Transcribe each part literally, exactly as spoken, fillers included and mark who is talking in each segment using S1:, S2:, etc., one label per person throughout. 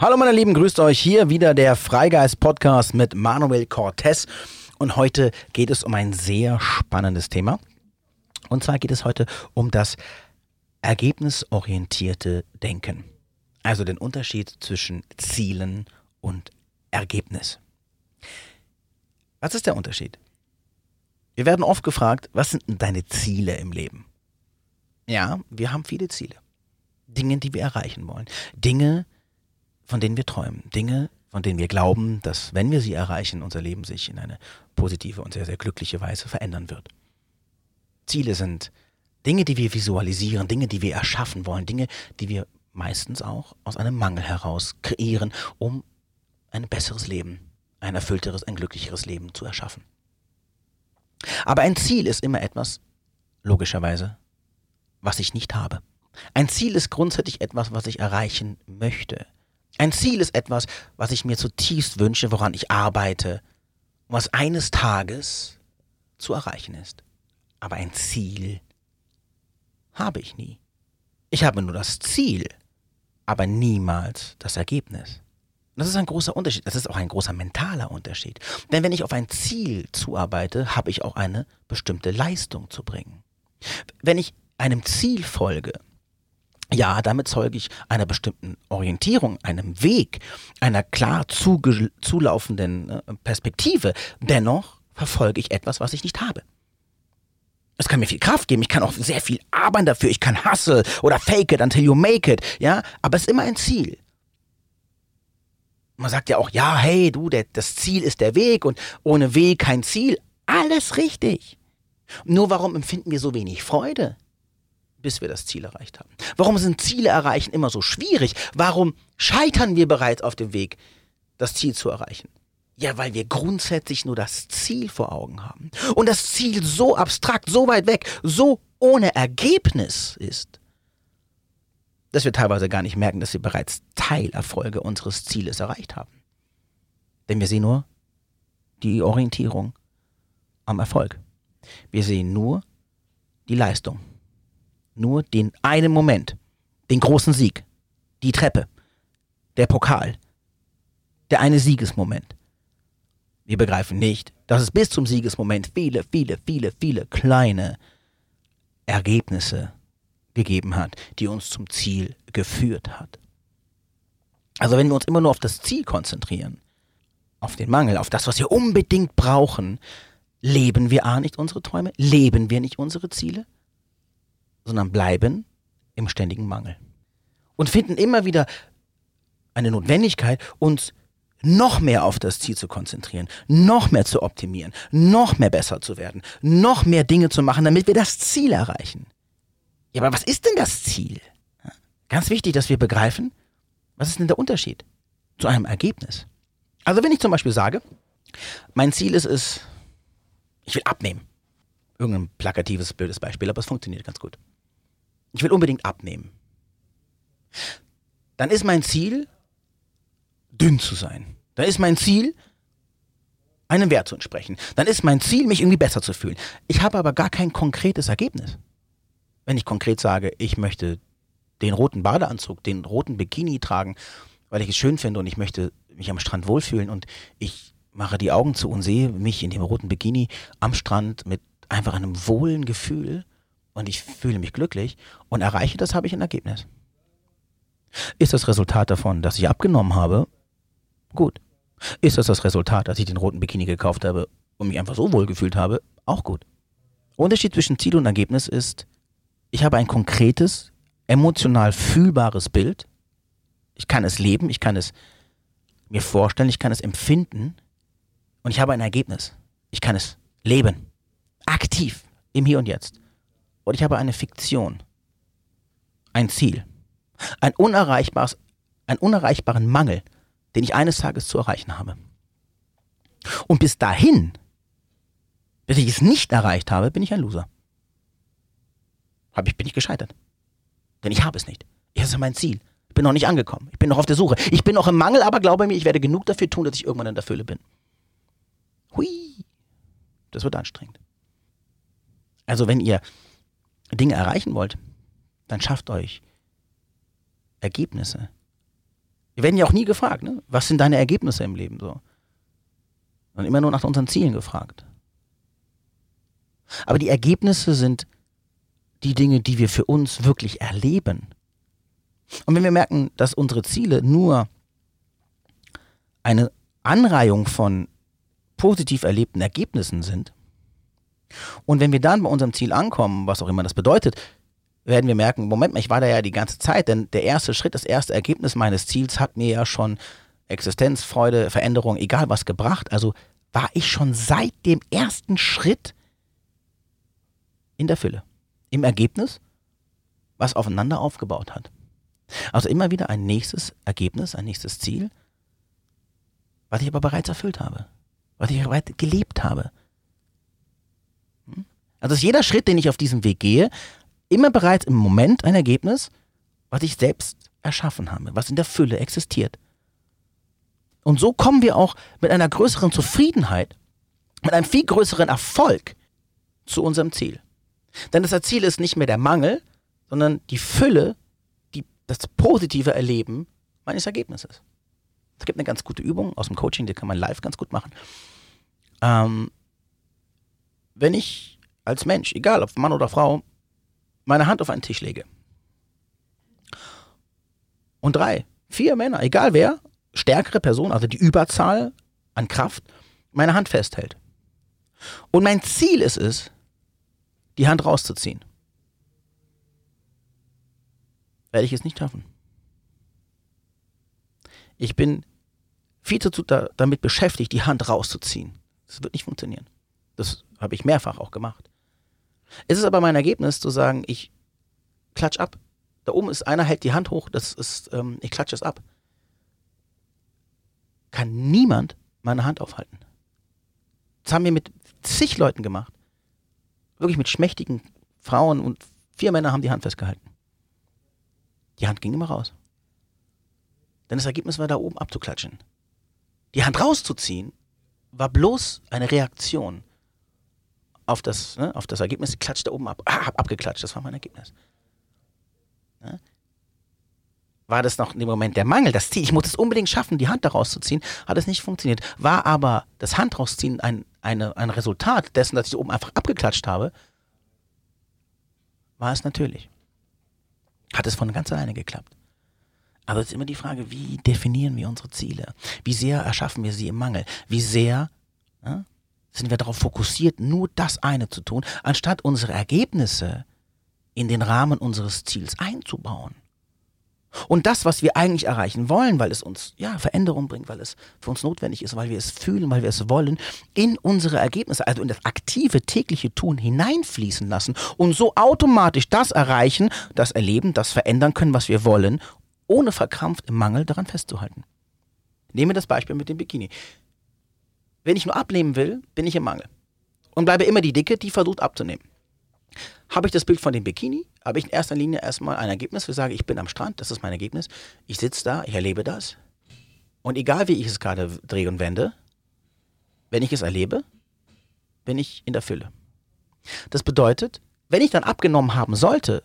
S1: Hallo meine Lieben, grüßt euch, hier wieder der Freigeist-Podcast mit Manuel Cortez und heute geht es um ein sehr spannendes Thema und zwar geht es heute um das ergebnisorientierte Denken, also den Unterschied zwischen Zielen und Ergebnis. Was ist der Unterschied? Wir werden oft gefragt, was sind denn deine Ziele im Leben? Ja, wir haben viele Ziele, Dinge, die wir erreichen wollen, Dinge, von denen wir träumen, Dinge, von denen wir glauben, dass, wenn wir sie erreichen, unser Leben sich in eine positive und sehr, sehr glückliche Weise verändern wird. Ziele sind Dinge, die wir visualisieren, Dinge, die wir erschaffen wollen, Dinge, die wir meistens auch aus einem Mangel heraus kreieren, um ein besseres Leben, ein erfüllteres, ein glücklicheres Leben zu erschaffen. Aber ein Ziel ist immer etwas, logischerweise, was ich nicht habe. Ein Ziel ist grundsätzlich etwas, was ich erreichen möchte. Ein Ziel ist etwas, was ich mir zutiefst wünsche, woran ich arbeite, was eines Tages zu erreichen ist. Aber ein Ziel habe ich nie. Ich habe nur das Ziel, aber niemals das Ergebnis. Das ist ein großer Unterschied. Das ist auch ein großer mentaler Unterschied. Denn wenn ich auf ein Ziel zuarbeite, habe ich auch eine bestimmte Leistung zu bringen. Wenn ich einem Ziel folge, ja, damit folge ich einer bestimmten Orientierung, einem Weg, einer klar zuge- zulaufenden äh, Perspektive. Dennoch verfolge ich etwas, was ich nicht habe. Es kann mir viel Kraft geben, ich kann auch sehr viel arbeiten dafür, ich kann hustle oder fake it until you make it, ja, aber es ist immer ein Ziel. Man sagt ja auch, ja, hey, du, der, das Ziel ist der Weg und ohne Weg kein Ziel. Alles richtig. Nur warum empfinden wir so wenig Freude, bis wir das Ziel erreicht haben? Warum sind Ziele erreichen immer so schwierig? Warum scheitern wir bereits auf dem Weg, das Ziel zu erreichen? Ja, weil wir grundsätzlich nur das Ziel vor Augen haben. Und das Ziel so abstrakt, so weit weg, so ohne Ergebnis ist, dass wir teilweise gar nicht merken, dass wir bereits Teilerfolge unseres Zieles erreicht haben. Denn wir sehen nur die Orientierung am Erfolg. Wir sehen nur die Leistung. Nur den einen Moment, den großen Sieg, die Treppe, der Pokal, der eine Siegesmoment. Wir begreifen nicht, dass es bis zum Siegesmoment viele, viele, viele, viele kleine Ergebnisse gegeben hat, die uns zum Ziel geführt hat. Also wenn wir uns immer nur auf das Ziel konzentrieren, auf den Mangel, auf das, was wir unbedingt brauchen, leben wir A nicht unsere Träume, leben wir nicht unsere Ziele, sondern bleiben im ständigen Mangel. Und finden immer wieder eine Notwendigkeit, uns noch mehr auf das Ziel zu konzentrieren, noch mehr zu optimieren, noch mehr besser zu werden, noch mehr Dinge zu machen, damit wir das Ziel erreichen. Ja, aber was ist denn das Ziel? Ganz wichtig, dass wir begreifen, was ist denn der Unterschied zu einem Ergebnis? Also wenn ich zum Beispiel sage, mein Ziel ist es, ich will abnehmen. Irgendein plakatives, blödes Beispiel, aber es funktioniert ganz gut. Ich will unbedingt abnehmen. Dann ist mein Ziel, dünn zu sein. Dann ist mein Ziel, einem Wert zu entsprechen. Dann ist mein Ziel, mich irgendwie besser zu fühlen. Ich habe aber gar kein konkretes Ergebnis. Wenn ich konkret sage, ich möchte den roten Badeanzug, den roten Bikini tragen, weil ich es schön finde und ich möchte mich am Strand wohlfühlen und ich mache die Augen zu und sehe mich in dem roten Bikini am Strand mit einfach einem wohlen Gefühl und ich fühle mich glücklich und erreiche das, habe ich ein Ergebnis. Ist das Resultat davon, dass ich abgenommen habe? Gut. Ist das das Resultat, dass ich den roten Bikini gekauft habe und mich einfach so wohl gefühlt habe? Auch gut. Unterschied zwischen Ziel und Ergebnis ist, ich habe ein konkretes, emotional fühlbares Bild. Ich kann es leben, ich kann es mir vorstellen, ich kann es empfinden und ich habe ein Ergebnis. Ich kann es leben. Aktiv, im Hier und Jetzt. Und ich habe eine Fiktion. Ein Ziel. Ein unerreichbares, einen unerreichbaren Mangel, den ich eines Tages zu erreichen habe. Und bis dahin, bis ich es nicht erreicht habe, bin ich ein Loser. Hab ich, bin ich gescheitert. Denn ich habe es nicht. Das ist mein Ziel. Ich bin noch nicht angekommen. Ich bin noch auf der Suche. Ich bin noch im Mangel, aber glaube mir, ich werde genug dafür tun, dass ich irgendwann in der Fülle bin. Hui. Das wird anstrengend. Also wenn ihr Dinge erreichen wollt, dann schafft euch Ergebnisse, Wir werden ja auch nie gefragt, ne? Was sind deine Ergebnisse im Leben so? Und immer nur nach unseren Zielen gefragt. Aber die Ergebnisse sind die Dinge, die wir für uns wirklich erleben. Und wenn wir merken, dass unsere Ziele nur eine Anreihung von positiv erlebten Ergebnissen sind, und wenn wir dann bei unserem Ziel ankommen, was auch immer das bedeutet, werden wir merken, Moment mal, ich war da ja die ganze Zeit, denn der erste Schritt, das erste Ergebnis meines Ziels hat mir ja schon Existenz, Freude, Veränderung, egal was gebracht. Also war ich schon seit dem ersten Schritt in der Fülle, im Ergebnis, was aufeinander aufgebaut hat. Also immer wieder ein nächstes Ergebnis, ein nächstes Ziel, was ich aber bereits erfüllt habe, was ich bereits gelebt habe. Also ist jeder Schritt, den ich auf diesem Weg gehe, immer bereits im Moment ein Ergebnis, was ich selbst erschaffen habe, was in der Fülle existiert. Und so kommen wir auch mit einer größeren Zufriedenheit, mit einem viel größeren Erfolg zu unserem Ziel. Denn das Ziel ist nicht mehr der Mangel, sondern die Fülle, die, das positive Erleben meines Ergebnisses. Es gibt eine ganz gute Übung aus dem Coaching, die kann man live ganz gut machen. Ähm, wenn ich als Mensch, egal ob Mann oder Frau, meine Hand auf einen Tisch lege und drei, vier Männer, egal wer, stärkere Person, also die Überzahl an Kraft, meine Hand festhält. Und mein Ziel ist es, die Hand rauszuziehen. Werde ich es nicht schaffen. Ich bin viel zu da, damit beschäftigt, die Hand rauszuziehen. Das wird nicht funktionieren. Das habe ich mehrfach auch gemacht. Es ist aber mein Ergebnis zu sagen, ich klatsch ab. Da oben ist einer, hält die Hand hoch, das ist, ähm, ich klatsche es ab. Kann niemand meine Hand aufhalten. Das haben wir mit zig Leuten gemacht. Wirklich mit schmächtigen Frauen und vier Männer haben die Hand festgehalten. Die Hand ging immer raus. Denn das Ergebnis war da oben abzuklatschen. Die Hand rauszuziehen war bloß eine Reaktion auf das, ne, auf das Ergebnis. Ich klatschte da oben ab. Ah, hab abgeklatscht, das war mein Ergebnis. Ne? War das noch in dem Moment der Mangel, das Ziel, ich muss es unbedingt schaffen, die Hand da rauszuziehen, hat es nicht funktioniert. War aber das Hand rausziehen ein, eine, ein Resultat dessen, dass ich oben einfach abgeklatscht habe, war es natürlich. Hat es von ganz alleine geklappt. Aber es ist immer die Frage, wie definieren wir unsere Ziele? Wie sehr erschaffen wir sie im Mangel? Wie sehr ja, sind wir darauf fokussiert, nur das eine zu tun, anstatt unsere Ergebnisse in den Rahmen unseres Ziels einzubauen? Und das, was wir eigentlich erreichen wollen, weil es uns ja Veränderung bringt, weil es für uns notwendig ist, weil wir es fühlen, weil wir es wollen, in unsere Ergebnisse, also in das aktive tägliche Tun hineinfließen lassen und so automatisch das erreichen, das erleben, das verändern können, was wir wollen, ohne verkrampft im Mangel daran festzuhalten. Nehmen wir das Beispiel mit dem Bikini. Wenn ich nur abnehmen will, bin ich im Mangel und bleibe immer die Dicke, die versucht abzunehmen. Habe ich das Bild von dem Bikini, habe ich in erster Linie erstmal ein Ergebnis, wo ich sage, ich bin am Strand, das ist mein Ergebnis, ich sitze da, ich erlebe das und egal wie ich es gerade drehe und wende, wenn ich es erlebe, bin ich in der Fülle. Das bedeutet, wenn ich dann abgenommen haben sollte,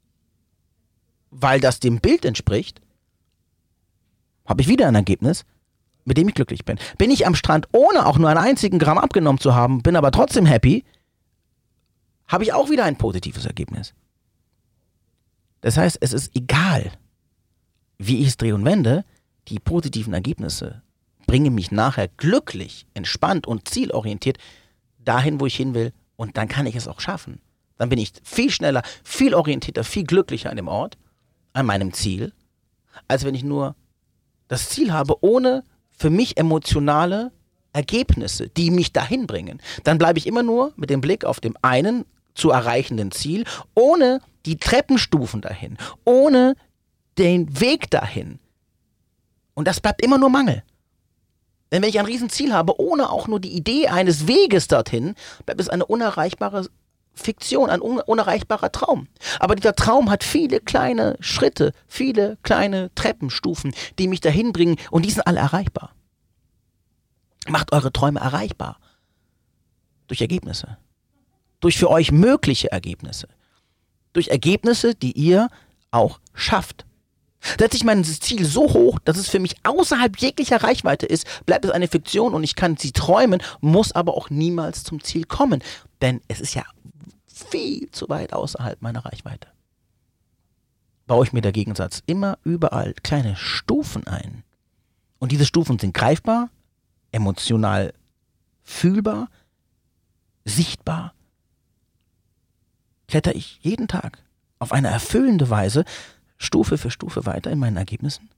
S1: weil das dem Bild entspricht, habe ich wieder ein Ergebnis, mit dem ich glücklich bin. Bin ich am Strand, ohne auch nur einen einzigen Gramm abgenommen zu haben, bin aber trotzdem happy, habe ich auch wieder ein positives Ergebnis. Das heißt, es ist egal, wie ich es drehe und wende, die positiven Ergebnisse bringen mich nachher glücklich, entspannt und zielorientiert dahin, wo ich hin will, und dann kann ich es auch schaffen. Dann bin ich viel schneller, viel orientierter, viel glücklicher an dem Ort, an meinem Ziel, als wenn ich nur das Ziel habe, ohne für mich emotionale Ergebnisse, die mich dahin bringen. Dann bleibe ich immer nur mit dem Blick auf dem einen zu erreichenden Ziel, ohne die Treppenstufen dahin, ohne den Weg dahin. Und das bleibt immer nur Mangel. Denn wenn ich ein Riesenziel habe, ohne auch nur die Idee eines Weges dorthin, bleibt es eine unerreichbare Fiktion, ein un- unerreichbarer Traum. Aber dieser Traum hat viele kleine Schritte, viele kleine Treppenstufen, die mich dahin bringen, und die sind alle erreichbar. Macht eure Träume erreichbar. Durch Ergebnisse. Durch für euch mögliche Ergebnisse. Durch Ergebnisse, die ihr auch schafft. Setze ich mein Ziel so hoch, dass es für mich außerhalb jeglicher Reichweite ist, bleibt es eine Fiktion und ich kann sie träumen, muss aber auch niemals zum Ziel kommen. Denn es ist ja viel zu weit außerhalb meiner Reichweite. Baue ich mir der Gegensatz immer überall kleine Stufen ein. Und diese Stufen sind greifbar, emotional fühlbar, sichtbar. Kletter ich jeden Tag auf eine erfüllende Weise Stufe für Stufe weiter in meinen Ergebnissen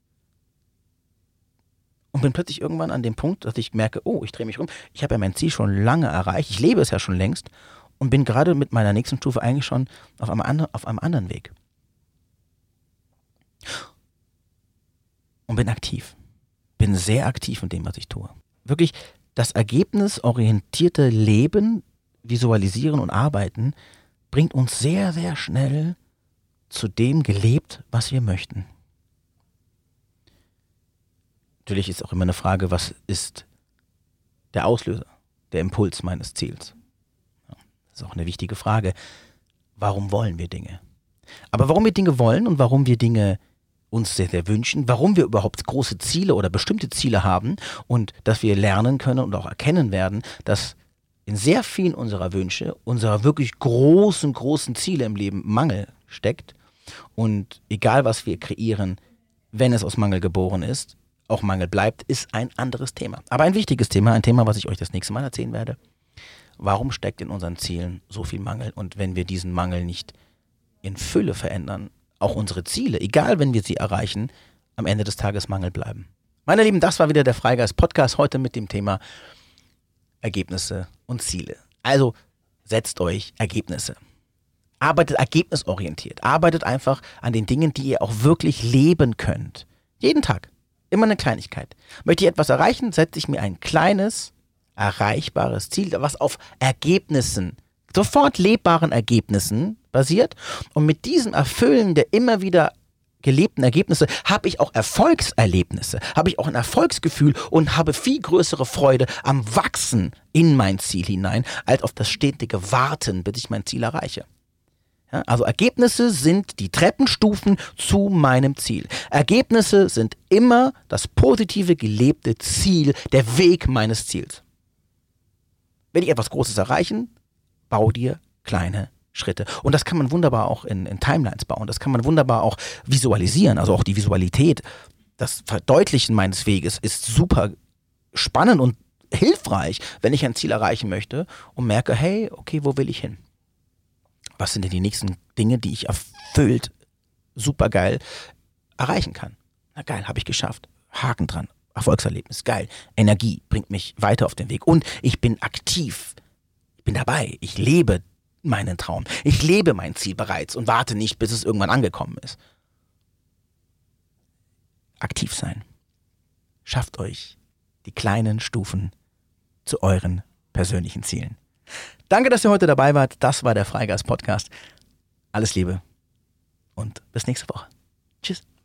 S1: und bin plötzlich irgendwann an dem Punkt, dass ich merke, oh, ich drehe mich rum, ich habe ja mein Ziel schon lange erreicht, ich lebe es ja schon längst und bin gerade mit meiner nächsten Stufe eigentlich schon auf einem, andre, auf einem anderen Weg. Und bin aktiv. Bin sehr aktiv in dem, was ich tue. Wirklich das ergebnisorientierte Leben, Visualisieren und Arbeiten bringt uns sehr, sehr schnell zu dem gelebt, was wir möchten. Natürlich ist auch immer eine Frage, was ist der Auslöser, der Impuls meines Ziels? Ja, das ist auch eine wichtige Frage. Warum wollen wir Dinge? Aber warum wir Dinge wollen und warum wir Dinge uns sehr, sehr wünschen, warum wir überhaupt große Ziele oder bestimmte Ziele haben und dass wir lernen können und auch erkennen werden, dass in sehr vielen unserer Wünsche, unserer wirklich großen, großen Ziele im Leben Mangel steckt. Und egal, was wir kreieren, wenn es aus Mangel geboren ist, auch Mangel bleibt, ist ein anderes Thema. Aber ein wichtiges Thema, ein Thema, was ich euch das nächste Mal erzählen werde. Warum steckt in unseren Zielen so viel Mangel? Und wenn wir diesen Mangel nicht in Fülle verändern, auch unsere Ziele, egal wenn wir sie erreichen, am Ende des Tages Mangel bleiben. Meine Lieben, das war wieder der Freigeist-Podcast heute mit dem Thema Ergebnisse und Ziele. Also setzt euch Ergebnisse. Arbeitet ergebnisorientiert. Arbeitet einfach an den Dingen, die ihr auch wirklich leben könnt. Jeden Tag. Immer eine Kleinigkeit. Möchte ich etwas erreichen, setze ich mir ein kleines, erreichbares Ziel, was auf Ergebnissen, sofort lebbaren Ergebnissen basiert. Und mit diesem Erfüllen der immer wieder gelebten Ergebnisse habe ich auch Erfolgserlebnisse, habe ich auch ein Erfolgsgefühl und habe viel größere Freude am Wachsen in mein Ziel hinein, als auf das stetige Warten, bis ich mein Ziel erreiche. Ja, also Ergebnisse sind die Treppenstufen zu meinem Ziel. Ergebnisse sind immer das positive gelebte Ziel, der Weg meines Ziels. Will ich etwas Großes erreichen, bau dir kleine Schritte. Und das kann man wunderbar auch in, in Timelines bauen. Das kann man wunderbar auch visualisieren. Also auch die Visualität, das Verdeutlichen meines Weges ist super spannend und hilfreich, wenn ich ein Ziel erreichen möchte und merke, hey, okay, wo will ich hin? Was sind denn die nächsten Dinge, die ich erfüllt, supergeil erreichen kann? Na geil, habe ich geschafft. Haken dran. Erfolgserlebnis, geil. Energie bringt mich weiter auf den Weg. Und ich bin aktiv. Ich bin dabei. Ich lebe meinen Traum. Ich lebe mein Ziel bereits und warte nicht, bis es irgendwann angekommen ist. Aktiv sein. Schafft euch die kleinen Stufen zu euren persönlichen Zielen. Danke, dass ihr heute dabei wart. Das war der Freigeist-Podcast. Alles Liebe und bis nächste Woche. Tschüss.